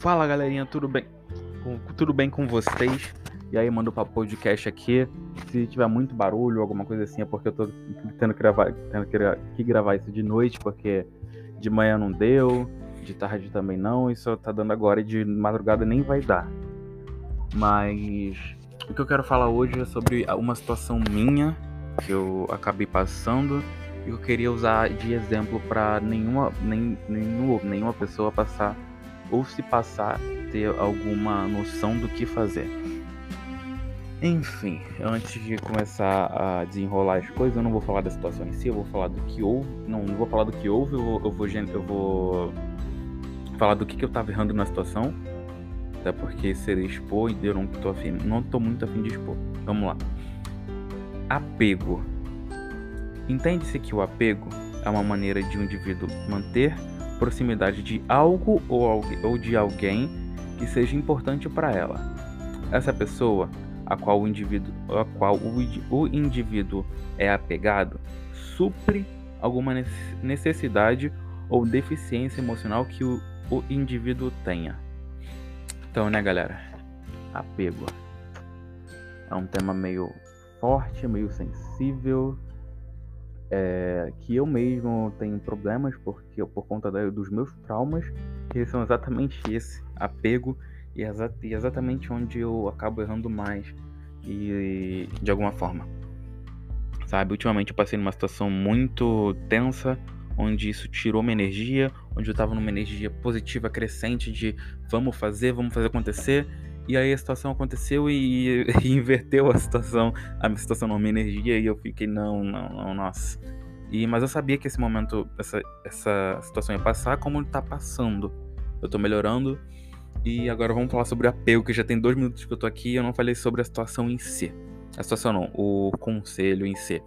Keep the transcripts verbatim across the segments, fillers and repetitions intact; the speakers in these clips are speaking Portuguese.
Fala galerinha, tudo bem? Com- Tudo bem com vocês? E aí, mando para podcast aqui. Se tiver muito barulho ou alguma coisa assim, é porque eu tô tendo que gravar, tendo que gra- que gravar isso de noite, porque de manhã não deu, de tarde também não, e só tá dando agora e de madrugada nem vai dar. Mas o que eu quero falar hoje é sobre uma situação minha que eu acabei passando e eu queria usar de exemplo para nenhuma, nem, nenhuma, nenhuma pessoa passar ou se passar ter alguma noção do que fazer. Enfim, antes de começar a desenrolar as coisas, eu não vou falar da situação em si, eu vou falar do que houve. Não, não vou falar do que houve, eu vou, eu vou, gen- eu vou falar do que, que eu tava errando na situação. Até porque seria expor e eu não tô, afim, não tô muito afim de expor. Vamos lá. Apego. Entende-se que o apego é uma maneira de um indivíduo manter proximidade de algo ou, algu- ou de alguém que seja importante para ela. Essa pessoa a qual o indivíduo, a qual o, indi- o indivíduo é apegado supre alguma nece- necessidade ou deficiência emocional que o, o indivíduo tenha. Então, né, galera? Apego é um tema meio forte, meio sensível, é, que eu mesmo tenho problemas porque por conta da- dos meus traumas, que são exatamente esse, apego, e, exa- e exatamente onde eu acabo errando mais, e de alguma forma, sabe? Ultimamente eu passei numa situação muito tensa, onde isso tirou minha energia, onde eu tava numa energia positiva, crescente de vamos fazer, vamos fazer acontecer, e aí a situação aconteceu e, e inverteu a situação, a minha situação não, a minha energia, e eu fiquei, não, não, não, nossa. E, mas eu sabia que esse momento, essa, essa situação ia passar, como tá passando. Eu tô melhorando, e agora vamos falar sobre apego, que já tem dois minutos que eu tô aqui e eu não falei sobre a situação em si. A situação não, o conselho em si.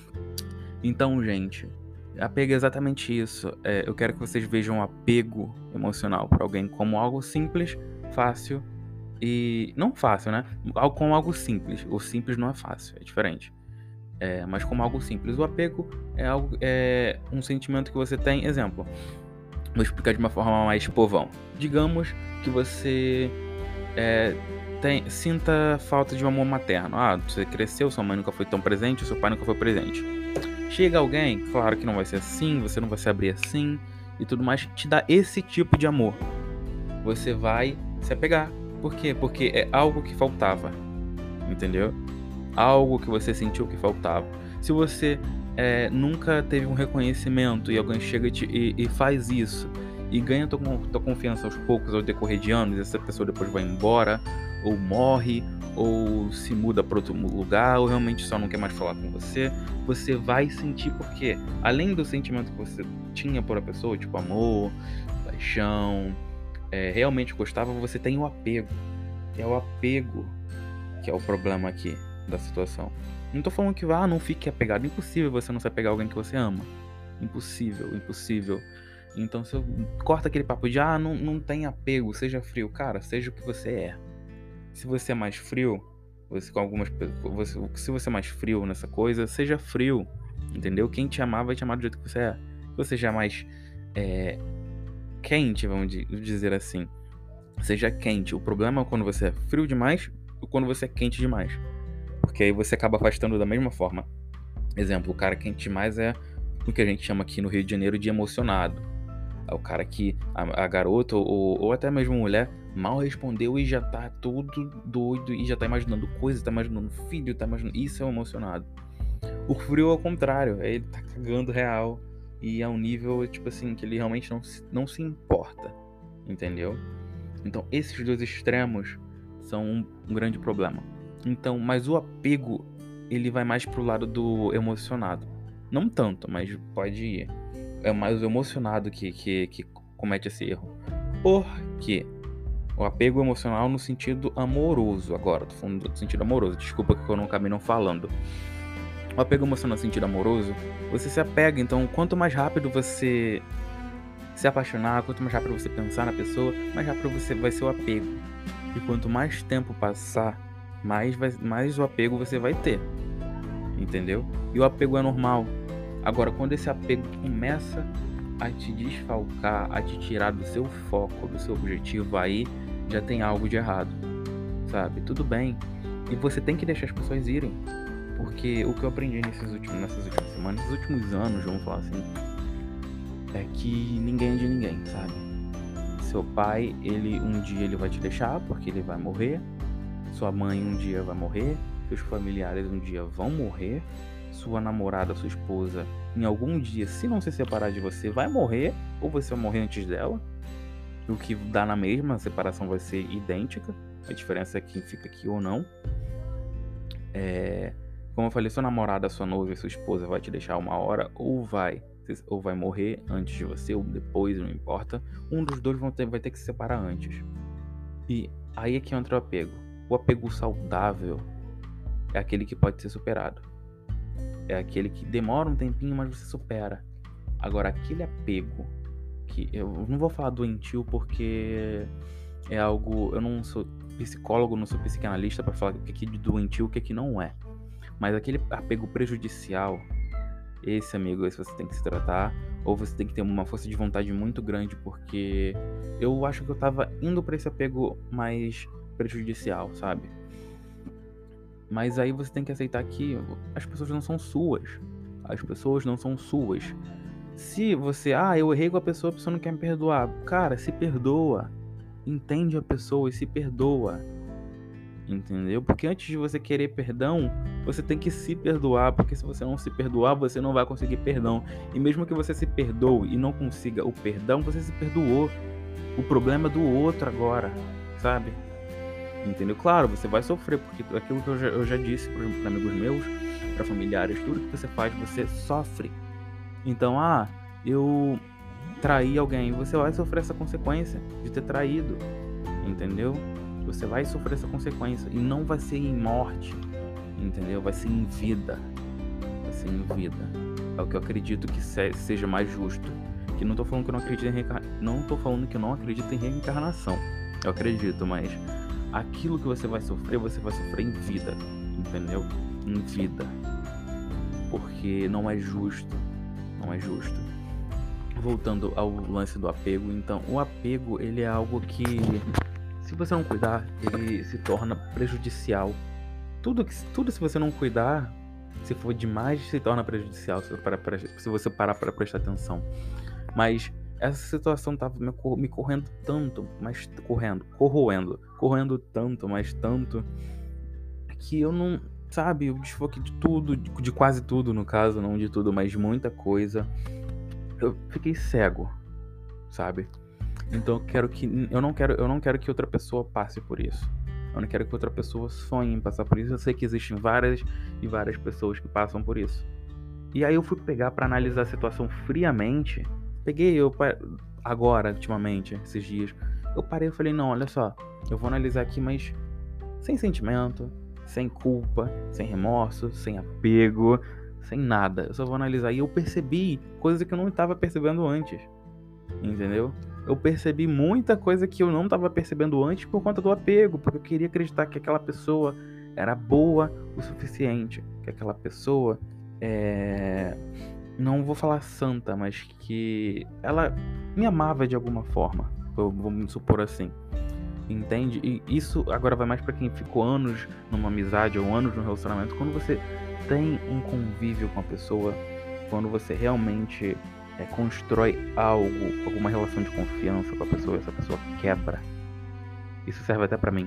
Então, gente, apego é exatamente isso. É, eu quero que vocês vejam apego emocional para alguém como algo simples, fácil e... Não fácil, né? Algo como algo simples. O simples não é fácil, é diferente. É, mas como algo simples. O apego é, algo, é um sentimento que você tem. Exemplo, vou explicar de uma forma mais povão. Digamos que você é, tem, sinta falta de um amor materno. Ah, você cresceu, sua mãe nunca foi tão presente, seu pai nunca foi presente. Chega alguém, claro que não vai ser assim, você não vai se abrir assim e tudo mais, te dá esse tipo de amor. Você vai se apegar. Por quê? Porque é algo que faltava, entendeu? Algo que você sentiu que faltava. Se você é, nunca teve um reconhecimento e alguém chega e, te, e, e faz isso e ganha tua, tua confiança aos poucos ao decorrer de anos, e essa pessoa depois vai embora, ou morre, ou se muda para outro lugar, ou realmente só não quer mais falar com você, você vai sentir, porque além do sentimento que você tinha por a pessoa, tipo amor, paixão, é, realmente gostava, você tem o apego. É o apego que é o problema aqui da situação. Não tô falando que ah, não fique apegado. Impossível você não se apegar a alguém que você ama. Impossível, impossível. Então se eu corta aquele papo de ah, não, não tem apego, seja frio. Cara, seja o que você é. Se você é mais frio, você com algumas você, se você é mais frio nessa coisa, seja frio. Entendeu? Quem te amar vai te amar do jeito que você é. Se você já é mais é, quente, vamos dizer assim, seja quente. O problema é quando você é frio demais ou quando você é quente demais. Porque aí você acaba afastando da mesma forma. Exemplo, o cara quente demais é o que a gente chama aqui no Rio de Janeiro de emocionado. É o cara que a, a garota ou, ou até mesmo a mulher mal respondeu e já tá todo doido e já tá imaginando coisas, tá imaginando filho, tá imaginando... Isso é um emocionado. O frio é o contrário, ele tá cagando real e é um nível, tipo assim, que ele realmente não se, não se importa, entendeu? Então esses dois extremos são um, um grande problema. Então, mas o apego, ele vai mais pro lado do emocionado. Não tanto, mas pode ir. É mais o emocionado que, que, que comete esse erro. Por quê? O apego emocional no sentido amoroso. Agora, tô falando do sentido amoroso. Desculpa que eu não acabei não falando. O apego emocional no sentido amoroso, você se apega. Então, quanto mais rápido você se apaixonar, quanto mais rápido você pensar na pessoa, mais rápido você vai ser o apego. E quanto mais tempo passar, mais, vai, mais o apego você vai ter. Entendeu? E o apego é normal. Agora, quando esse apego começa a te desfalcar, a te tirar do seu foco, do seu objetivo, aí já tem algo de errado, sabe? Tudo bem. E você tem que deixar as pessoas irem. Porque o que eu aprendi nesses últimos, nessas últimas semanas, nesses últimos anos, vamos falar assim, é que ninguém é de ninguém, sabe? Seu pai, ele um dia ele vai te deixar porque ele vai morrer. Sua mãe um dia vai morrer. Seus familiares um dia vão morrer. Sua namorada, sua esposa, em algum dia, se não se separar de você, vai morrer. Ou você vai morrer antes dela. O que dá na mesma, a separação vai ser idêntica. A diferença é quem fica aqui ou não. É... Como eu falei, sua namorada, sua noiva e sua esposa vai te deixar uma hora, ou vai ou vai morrer antes de você, ou depois, não importa. Um dos dois vão ter, vai ter que se separar antes. E aí é que entra o apego. O apego saudável é aquele que pode ser superado. É aquele que demora um tempinho, mas você supera. Agora, aquele apego que... Eu não vou falar doentio porque é algo... Eu não sou psicólogo, não sou psicanalista para falar o que é de doentio e o que é que não é. Mas aquele apego prejudicial, esse, amigo, esse você tem que se tratar, ou você tem que ter uma força de vontade muito grande, porque eu acho que eu tava indo pra esse apego mais prejudicial, sabe? Mas aí você tem que aceitar que as pessoas não são suas. As pessoas não são suas. Se você, ah, eu errei com a pessoa, a pessoa não quer me perdoar. Cara, se perdoa. Entende a pessoa e se perdoa. Entendeu? Porque antes de você querer perdão, você tem que se perdoar, porque se você não se perdoar, você não vai conseguir perdão. E mesmo que você se perdoe e não consiga o perdão, você se perdoou. O problema é do outro agora, sabe? Entendeu? Claro, você vai sofrer, porque aquilo que eu já, eu já disse para amigos meus, para familiares, tudo que você faz, você sofre. Então, ah, eu traí alguém, você vai sofrer essa consequência de ter traído, entendeu? Você vai sofrer essa consequência. E não vai ser em morte, entendeu? Vai ser em vida. Vai ser em vida. É o que eu acredito que seja mais justo. Que não tô falando que eu não acredito em reencarnação. Não tô falando que eu não acredito em reencarnação. Eu acredito, mas aquilo que você vai sofrer, você vai sofrer em vida. Entendeu? Em vida. Porque não é justo. Não é justo. Voltando ao lance do apego, então, o apego, ele é algo que... Se você não cuidar, ele se torna prejudicial. Tudo, que, tudo se você não cuidar, se for demais, se torna prejudicial, se, para, para, se você parar para prestar atenção. Mas essa situação estava me, me correndo tanto, mas correndo, corroendo, corroendo tanto, mas tanto, que eu não, sabe, eu desfoquei de tudo, de, de quase tudo no caso, não de tudo, mas de muita coisa. Eu fiquei cego, sabe? Então eu quero que eu não quero eu não quero que outra pessoa passe por isso. Eu não quero que outra pessoa sonhe em passar por isso. Eu sei que existem várias e várias pessoas que passam por isso. E aí eu fui pegar pra analisar a situação friamente. Peguei eu agora, ultimamente, esses dias. Eu parei e falei, não, olha só, eu vou analisar aqui, mas sem sentimento, sem culpa, sem remorso, sem apego, sem nada. Eu só vou analisar. E eu percebi coisas que eu não estava percebendo antes. Entendeu? Eu percebi muita coisa que eu não estava percebendo antes por conta do apego, porque eu queria acreditar que aquela pessoa era boa o suficiente, que aquela pessoa é... não vou falar santa, mas que ela me amava de alguma forma, eu vou me supor assim, entende? E isso agora vai mais para quem ficou anos numa amizade ou anos num relacionamento. Quando você tem um convívio com a pessoa, quando você realmente É, constrói algo, alguma relação de confiança com a pessoa, essa pessoa quebra. Isso serve até pra mim.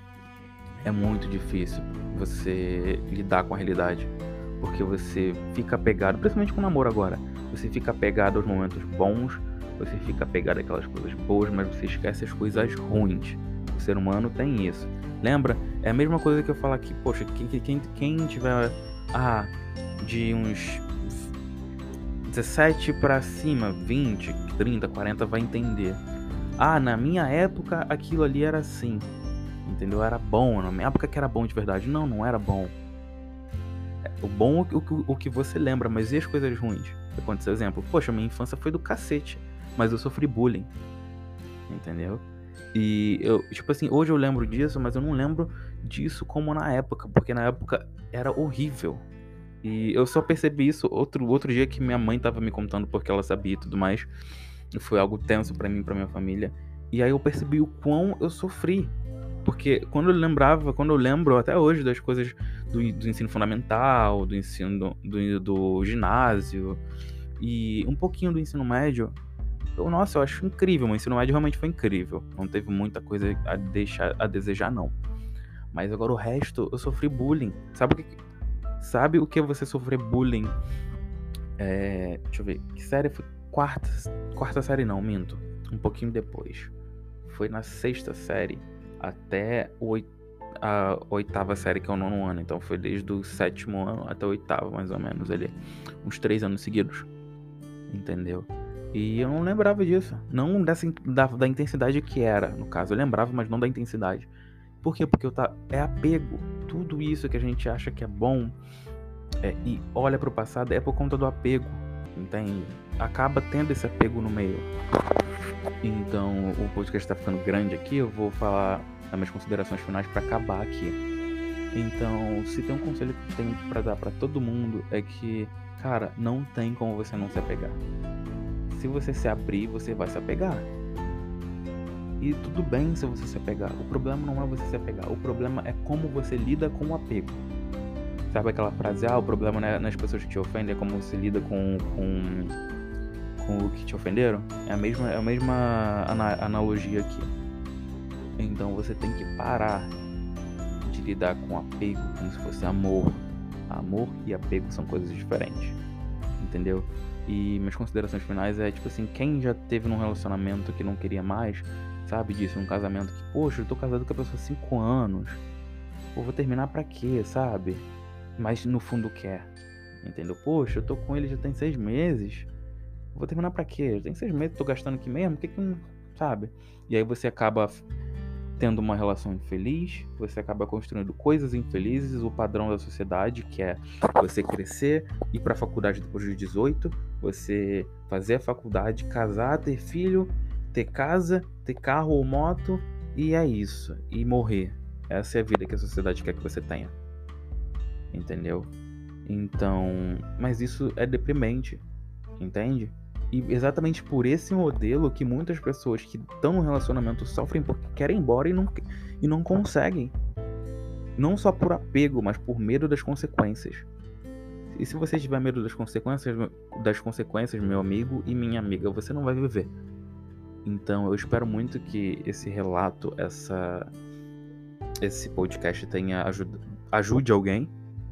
É muito difícil você lidar com a realidade, porque você fica apegado, principalmente com o namoro agora, você fica apegado aos momentos bons, você fica apegado àquelas coisas boas, mas você esquece as coisas ruins. O ser humano tem isso. Lembra? É a mesma coisa que eu falo aqui, poxa, quem, quem, quem tiver ah, de uns dezessete pra cima, vinte, trinta, quarenta, vai entender. Ah, na minha época aquilo ali era assim, entendeu? Era bom, na minha época que era bom de verdade. Não, não era bom. O bom é o, o, o que você lembra, mas e as coisas ruins? Que aconteceu, exemplo, poxa, minha infância foi do cacete, mas eu sofri bullying, entendeu? E eu, tipo assim, hoje eu lembro disso, mas eu não lembro disso como na época, porque na época era horrível. E eu só percebi isso outro, outro dia que minha mãe tava me contando porque ela sabia e tudo mais. E foi algo tenso pra mim e pra minha família. E aí eu percebi o quão eu sofri. Porque quando eu lembrava, quando eu lembro até hoje das coisas do, do ensino fundamental, do ensino do, do ginásio e um pouquinho do ensino médio, eu, nossa, eu acho incrível. O ensino médio realmente foi incrível. Não teve muita coisa a deixar a desejar, não. Mas agora o resto, eu sofri bullying. Sabe o que, sabe o que é você sofrer bullying? É, deixa eu ver, que série foi? Quarta, quarta série não, minto. Um pouquinho depois. Foi na sexta série até o oit- a oitava série, que é o nono ano. Então foi desde o sétimo ano até o oitavo, mais ou menos, ali. Uns três anos seguidos. Entendeu? E eu não lembrava disso. Não dessa, in- da, da intensidade que era, no caso. Eu lembrava, mas não da intensidade. Por quê? Porque eu tá, é apego. Tudo isso que a gente acha que é bom é, e olha pro passado é por conta do apego, entende? Acaba tendo esse apego no meio. Então, o podcast tá ficando grande aqui, eu vou falar as minhas considerações finais pra acabar aqui. Então, se tem um conselho que eu tenho pra dar pra todo mundo é que, cara, não tem como você não se apegar. Se você se abrir, você vai se apegar. E tudo bem se você se apegar. O problema não é você se apegar, o problema é como você lida com o apego. Sabe aquela frase, ah, o problema não é nas pessoas que te ofendem, é como você lida com, com, com o que te ofenderam? É a mesma, é a mesma ana- analogia aqui. Então você tem que parar de lidar com apego como se fosse amor. Amor e apego são coisas diferentes, entendeu? E minhas considerações finais é, tipo assim, quem já teve num relacionamento que não queria mais, sabe disso, um casamento que, poxa, eu tô casado com a pessoa há cinco anos, pô, vou terminar pra quê, sabe? Mas no fundo quer, entendeu? Poxa, eu tô com ele já tem seis meses, vou terminar pra quê? Tem seis meses, tô gastando aqui mesmo, o que que não, sabe? E aí você acaba tendo uma relação infeliz, você acaba construindo coisas infelizes, o padrão da sociedade, que é você crescer, ir pra faculdade depois dos dezoito, você fazer a faculdade, casar, ter filho, ter casa, ter carro ou moto, e é isso, e morrer. Essa é a vida que a sociedade quer que você tenha. Entendeu? Então, mas isso é deprimente, entende? E exatamente por esse modelo que muitas pessoas que estão no relacionamento sofrem porque querem ir embora e não, e não conseguem. Não só por apego, mas por medo das consequências. E se você tiver medo das consequências, das consequências, meu amigo e minha amiga, você não vai viver. Então, eu espero muito que esse relato, essa, esse podcast tenha ajuda, ajude alguém.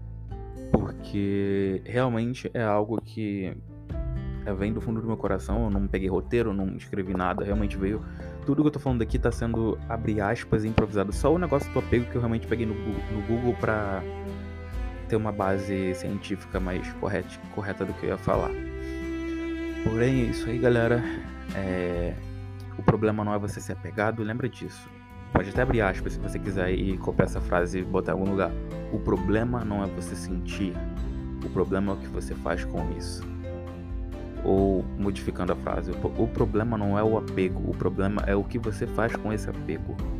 Porque realmente é algo que vem do fundo do meu coração. Eu não peguei roteiro, não escrevi nada, realmente veio. Tudo que eu tô falando aqui tá sendo, abre aspas, improvisado. Só o negócio do apego que eu realmente peguei no Google, no Google pra ter uma base científica mais correta, correta do que eu ia falar. Porém, é isso aí, galera. É... O problema não é você ser apegado, lembra disso. Pode até abrir aspas se você quiser e copiar essa frase e botar em algum lugar. O problema não é você sentir. O problema é o que você faz com isso. Ou, modificando a frase, o problema não é o apego. O problema é o que você faz com esse apego.